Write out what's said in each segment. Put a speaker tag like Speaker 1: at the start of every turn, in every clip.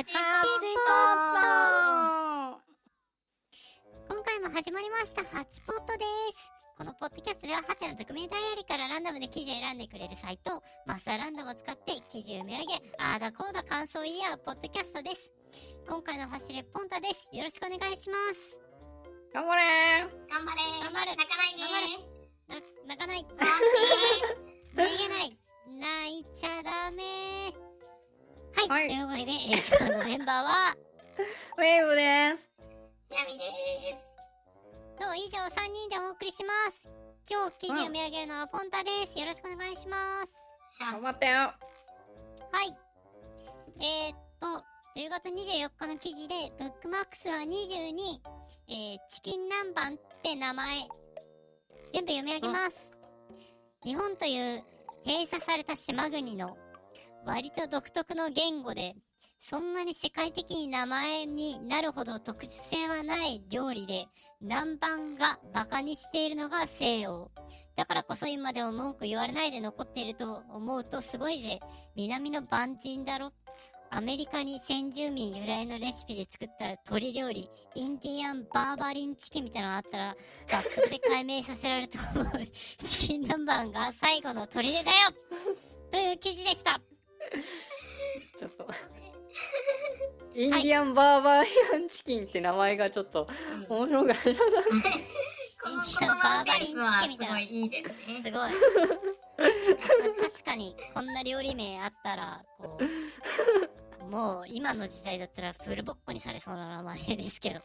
Speaker 1: チポット。今回も始まりましたハチポットです。このポッドキャストではハテの匿名ダイアリーからランダムで記事を選んでくれるサイトマスターランダムを使って記事を読み上げ、あーだこーだ感想を言い合うポッドキャストです。今回の走れポンタです。よろしくお願いします。
Speaker 2: 頑張れー。
Speaker 3: 頑張れー。
Speaker 1: 頑張る。
Speaker 3: 泣かないね
Speaker 1: ー。泣かない。逃げない。泣いちゃダメー。はい、というわけで、今日のメンバーは
Speaker 2: ウェーブです。
Speaker 3: ヤミでーす。
Speaker 1: 以上3人でお送りします。今日記事を読み上げるのはポンタです。よろしくお願いします。
Speaker 2: 頑張ってよ。
Speaker 1: はい。10月24日の記事でブックマークスは22、チキン南蛮って名前全部読み上げます。日本という閉鎖された島国の割と独特の言語で、そんなに世界的に名前になるほど特殊性はない料理で、南蛮がバカにしているのが西洋だからこそ今でも文句言われないで残っていると思うとすごいぜ。南の蛮人だろ。アメリカに先住民由来のレシピで作った鶏料理、インディアンバーバリンチキンみたいなのあったら学則で解明させられると思う。チキン南蛮が最後の砦だよという記事でした。
Speaker 2: ちょっとインディアンバーバリアンチキンって名前がちょっと面白かった。
Speaker 3: この言葉のセンスはすごいいいですね。
Speaker 1: すごい。確かにこんな料理名あったらこうもう今の時代だったらフルボッコにされそうな名前ですけど。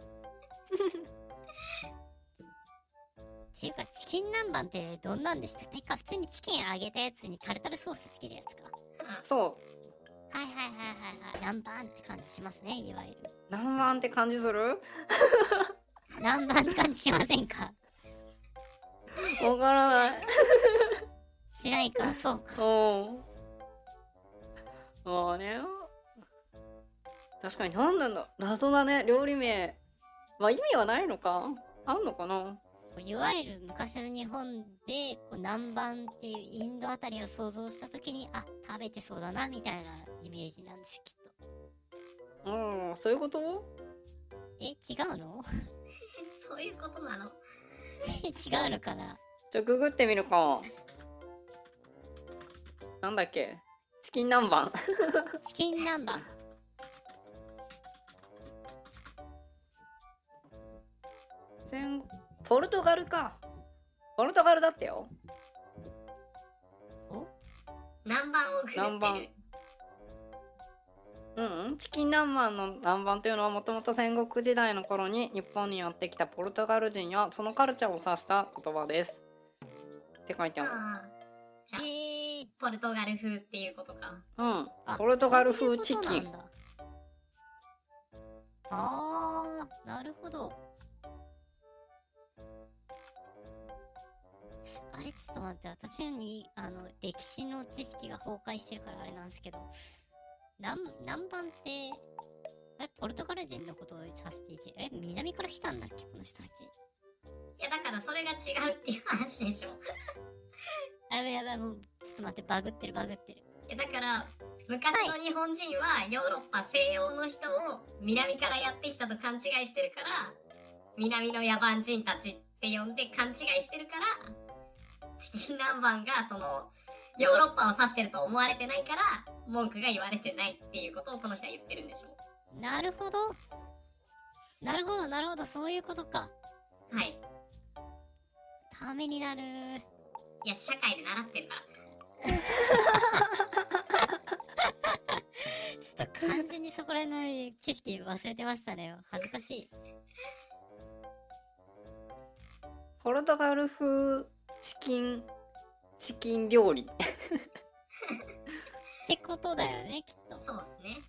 Speaker 1: っていうかチキン南蛮ってどんなんでしたっけ？普通にチキン揚げたやつにタルタルソースつけるやつか。
Speaker 2: そう。
Speaker 1: はいはいはいはいはい。南蛮って感じしますね、いわゆる。
Speaker 2: 南蛮って感じする？
Speaker 1: 南蛮って感じしませんか？
Speaker 2: わからない。
Speaker 1: しないか、そうか。
Speaker 2: もうね。確かに何なんだ。謎だね、料理名。まあ意味はないのか？あんのかな？
Speaker 1: いわゆる昔の日本でこう南蛮っていうインドあたりを想像したときに、あ、食べてそうだなみたいなイメージなんですよ、きっと。
Speaker 2: そういうこと？
Speaker 1: 違うの？
Speaker 3: そういうことなの？
Speaker 1: 違うのかな？
Speaker 2: じゃあググってみるか。なんだっけ？チキン南蛮。
Speaker 1: チキン南蛮。
Speaker 2: ポルトガルか。ポルトガルだってよ。
Speaker 3: 南蛮をググってる。
Speaker 2: チキン南蛮の南蛮というのはもともと戦国時代の頃に日本にやってきたポルトガル人やそのカルチャーを指した言葉ですって書いてある。
Speaker 3: じゃあポルトガル風っていうことか。
Speaker 2: ポルトガル風チキン。
Speaker 1: なるほど。あれちょっと待って、私に歴史の知識が崩壊してるからあれなんですけど、南蛮ってあれポルトガル人のことを指していて、南から来たんだっけこの人たち。
Speaker 3: いやだからそれが違うっていう話でしょ。
Speaker 1: やばいもうちょっと待って、バグってる。い
Speaker 3: やだから昔の日本人はヨーロッパ西洋の人を南からやってきたと勘違いしてるから、南の野蛮人たちって呼んで勘違いしてるから、チキン南蛮がそのヨーロッパを指してると思われてないから文句が言われてないっていうことをこの人は言ってるんでしょ。
Speaker 1: なるほど、そういうことか。
Speaker 3: はい。
Speaker 1: ためになる。
Speaker 3: いや社会で習ってるから。
Speaker 1: ちょっと完全にそこら辺の知識忘れてましたね。恥ずかしい。
Speaker 2: ポルトガル風チキン料理
Speaker 1: ってことだよね、きっと。
Speaker 3: そうですね。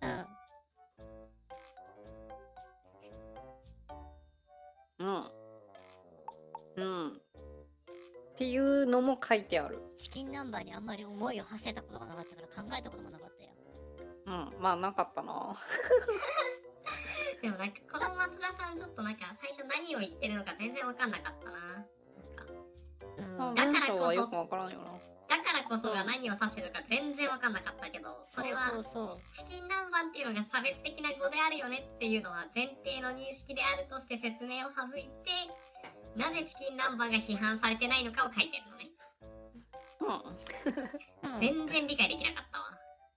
Speaker 2: っていうのも書いてある。
Speaker 1: チキン南蛮にあんまり思いを馳せたことがなかったから考えたこともなかったよ。
Speaker 2: まあなかったな。
Speaker 3: でもなんかこの増田さんちょっとなんか最初何を言ってるのか全然分かんなかったな。だからこそこそが何を指してるのか全然わかんなかったけど、それは
Speaker 1: そうそう
Speaker 3: チキン南蛮っていうのが差別的な語であるよねっていうのは前提の認識であるとして説明を省いて、なぜチキン南蛮が批判されてないのかを書いてるのね。
Speaker 2: うん
Speaker 1: そう、
Speaker 3: 全然理解できなかったわ。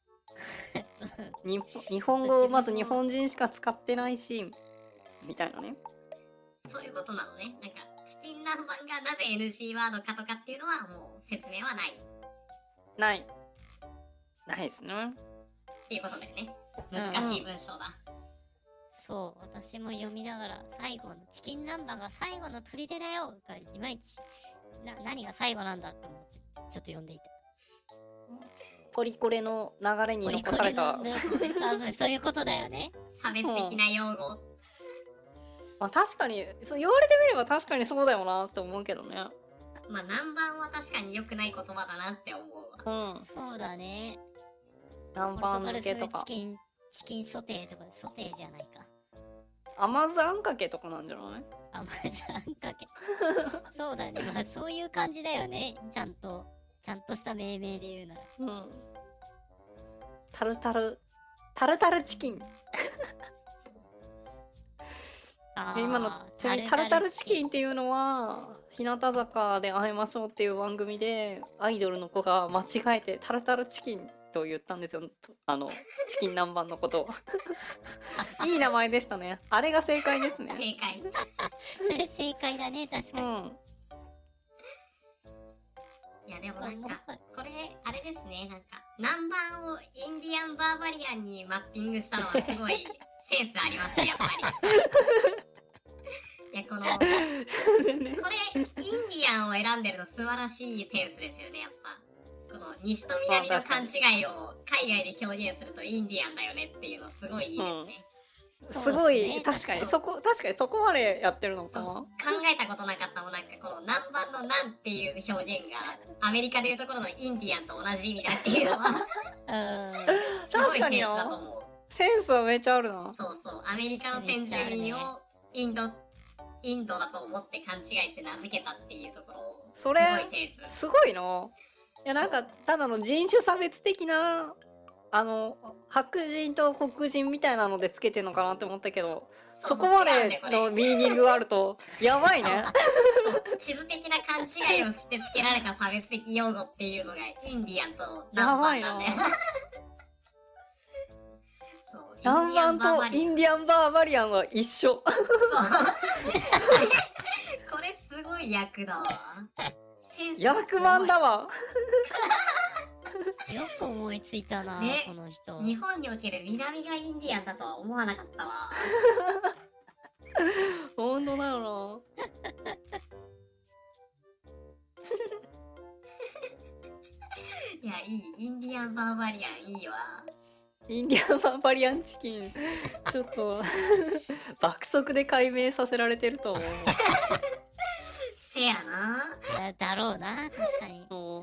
Speaker 2: 日本語をまず日本人しか使ってないしみたいなね。
Speaker 3: そういうことなのね。なんかチキン南蛮がなぜ NG ワードかとかっていうのはもう説明はない
Speaker 2: ないですね。
Speaker 3: っていうことだよね。難しい文章だ。
Speaker 1: そう私も読みながら最後のチキン南蛮が最後の砦だよがいまいち何が最後なんだって思ってちょっと読んでいた。
Speaker 2: ポリコレの流れに残された。
Speaker 1: 多分そういうことだよね。
Speaker 3: 差別的な用語。
Speaker 2: まあ確かにそう言われてみれば確かにそうだよなって思うけどね。
Speaker 3: まあ南蛮は確かに良くない言葉だなって思うわ。
Speaker 2: うん。
Speaker 1: そうだね。
Speaker 2: 南蛮
Speaker 1: ポルトガル風
Speaker 2: 漬けとか
Speaker 1: チキンソテーとかソテーじゃないか。
Speaker 2: 甘酢あんかけとかなんじゃない？
Speaker 1: 甘酢あんかけ。そうだね。まあそういう感じだよね。ちゃんとした命名で言うなら。
Speaker 2: うん。タルタルチキン。今のちなみにタルタルチキンっていうのは日向坂で会いましょうっていう番組でアイドルの子が間違えてタルタルチキンと言ったんですよ。チキン南蛮のことを。いい名前でしたね。あれが正解ですね。
Speaker 3: 正解。
Speaker 1: それ正解だね、確かに。
Speaker 3: いやでもなんかこれあれですね。なんか南蛮をインディアンバーバリアンにマッピングしたのはすごいセンスありますね、やっぱり。いやこれインディアンを選んでるの素晴らしいセンスですよね、やっぱ。この西と南の勘違いを海外で表現するとインディアンだよねっていうのすごいいいですね。
Speaker 2: すごい、確かにそこまでやってるのかな。
Speaker 3: 考えたことなかったもん。なんかこの南蛮の南っていう表現がアメリカでいうところのインディアンと同じ意味だっていうのは
Speaker 2: 確かにな。センスはめっちゃあるな。
Speaker 3: そうそう、アメリカの先住民をインドだと思って勘違いして名付けたっていうところを
Speaker 2: それすごいな。いやなんかただの人種差別的な白人と黒人みたいなのでつけてんのかなって思ったけど、そこまでのミーニングがあるとやばいね。
Speaker 3: 地図的な勘違いをしてつけられた差別的用語っていうのがインディアンと南蛮なんで。
Speaker 2: 南蛮とインディアンバーバリアンは一緒。
Speaker 3: これすごい役だわ。
Speaker 2: 役満だわ。
Speaker 1: よく思いついたな、
Speaker 3: ね、
Speaker 1: この人。
Speaker 3: 日本における南がインディアンだとは思わなかったわ。
Speaker 2: 本当だよな。
Speaker 3: いや、いい。インディアンバーバリアンいいわ。
Speaker 2: インディアンバーバリアンチキンちょっと爆速で解明させられてると思う。
Speaker 3: せやな。
Speaker 1: だろうな、確かに。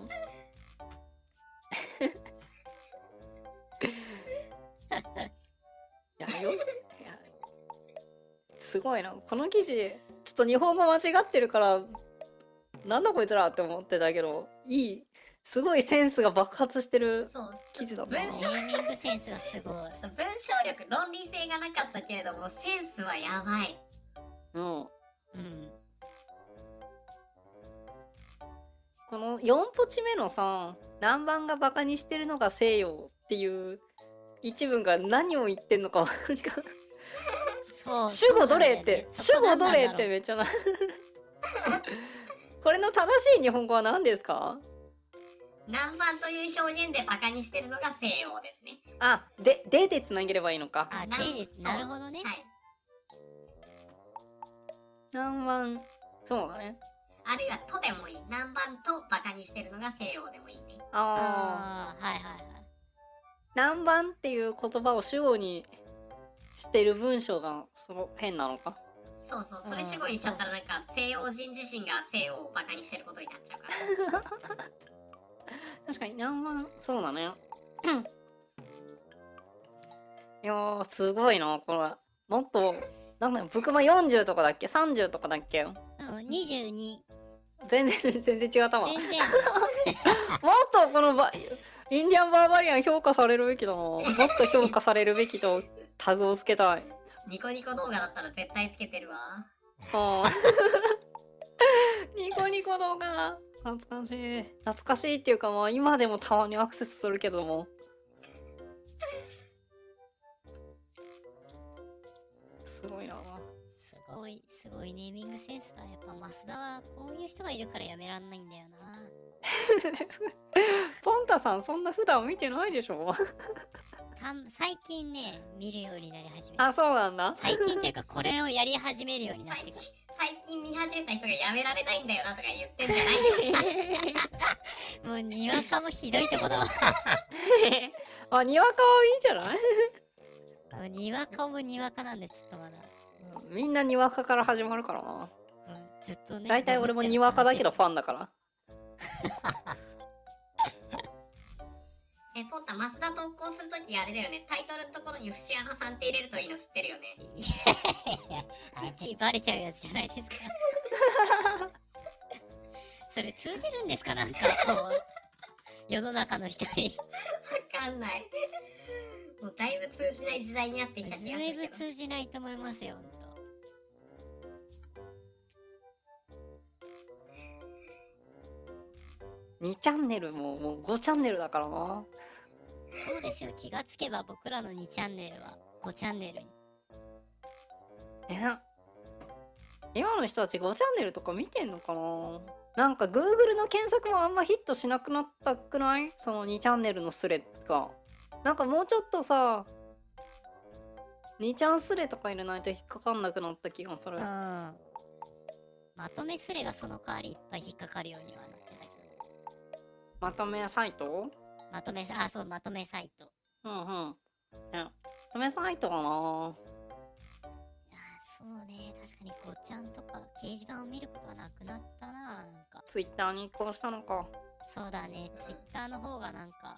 Speaker 2: すごいな。この記事ちょっと日本語間違ってるからなんだこいつらって思ってたけど、すごいセンスが爆発してる記事だったな。
Speaker 1: ネーミングセンスがすごい。
Speaker 3: 文章力、論理性がなかったけれどもセンスはやばい。
Speaker 2: この4ポチ目のさ、南蛮がバカにしてるのが西洋っていう一文が何を言ってんのか主語どれってめっちゃなこれの正しい日本語は何ですか？
Speaker 3: 南蛮という表現でバカにしてるのが西洋ですね。
Speaker 2: でつなげればいいのか。
Speaker 1: なるほどね。
Speaker 3: はい。
Speaker 2: 南蛮、そうだね。
Speaker 3: あるいはとでもいい。南蛮とバカにしてるのが西洋でもいいね。
Speaker 1: はいはいはい。
Speaker 2: 南蛮っていう言葉を主語にしてる文章が変なのか。
Speaker 3: そうそう、それ主語にしちゃったらなんか西洋人自身が西洋をバカにしてることになっちゃうから
Speaker 2: 確かに南蛮、そうだねいやーすごいな。これもっとなんだよ、僕も40とかだっけ30とかだっけ。
Speaker 1: 22。
Speaker 2: 全然違ったわ。
Speaker 1: 全然
Speaker 2: とこのインディアンバーバリアン評価されるべきだな。もっと評価されるべきとタグをつけたい。
Speaker 3: ニコニコ動画だったら絶対つけてるわ。
Speaker 2: ニコニコ動画懐かしい。懐かしいっていうか、まあ今でもたまにアクセスするけども。すごいな。
Speaker 1: すごいネーミングセンスだ。やっぱ増田はこういう人がいるからやめらんないんだよな。
Speaker 2: ポンタさんそんな普段見てないでしょ。
Speaker 1: 最近ね、見るようになり始めた。
Speaker 2: あ、そうなんだ。
Speaker 1: 最近っていうか、これをやり始めるようになってから。
Speaker 3: 最近見始めた人がやめられないんだよなとか言ってんじゃないよ。
Speaker 1: もうにわかもひどいとこだわ。
Speaker 2: あ、にわかはいいんじゃない？
Speaker 1: にわかもにわかなんで、ちょっとまだ。
Speaker 2: みんなにわかから始まるからな。
Speaker 1: ずっとね。
Speaker 2: 大体俺もにわかだけどファンだから。
Speaker 3: ポンタ、増田投稿するときあれだよね。タイトルのところに節穴さんって入れるといいの知ってるよね。
Speaker 1: いや、バレちゃうやつじゃないですか。それ通じるんですか、なんかこう、世の中の人に。
Speaker 3: わかんない。もうだいぶ通じない時代になってきた気がするけど。
Speaker 1: だいぶ通じないと思いますよ、ほんと。
Speaker 2: 2チャンネルもう5チャンネルだからな。
Speaker 1: そうですよ、気がつけば僕らの2チャンネルは5チャンネルに。
Speaker 2: 今の人たち5チャンネルとか見てんのかな。なんか Google の検索もあんまヒットしなくなったくない？その2チャンネルのスレが。なんかもうちょっとさ、2チャンスレとか入れないと引っかかんなくなった気がする。
Speaker 1: まとめスレがその代わりいっぱい引っかかるようにはなってたけど。
Speaker 2: まとめサイト？
Speaker 1: そう、まとめサイト。
Speaker 2: うん。まとめサイトかな。
Speaker 1: そうね、確かにごちゃんとか掲示板を見ることはなくなったな、なんか。
Speaker 2: ツイッターに移行したのか。
Speaker 1: そうだね、ツイッターの方がなんか、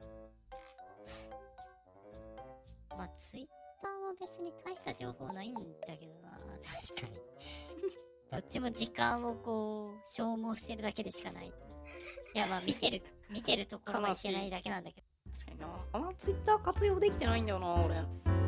Speaker 1: まあツイッターは別に大した情報ないんだけどな、確かに。どっちも時間をこう消耗してるだけでしかない。いや、まあ見てるところがいけないだけなんだけど。
Speaker 2: 確かにな。あんまツイッター活用できてないんだよな、俺。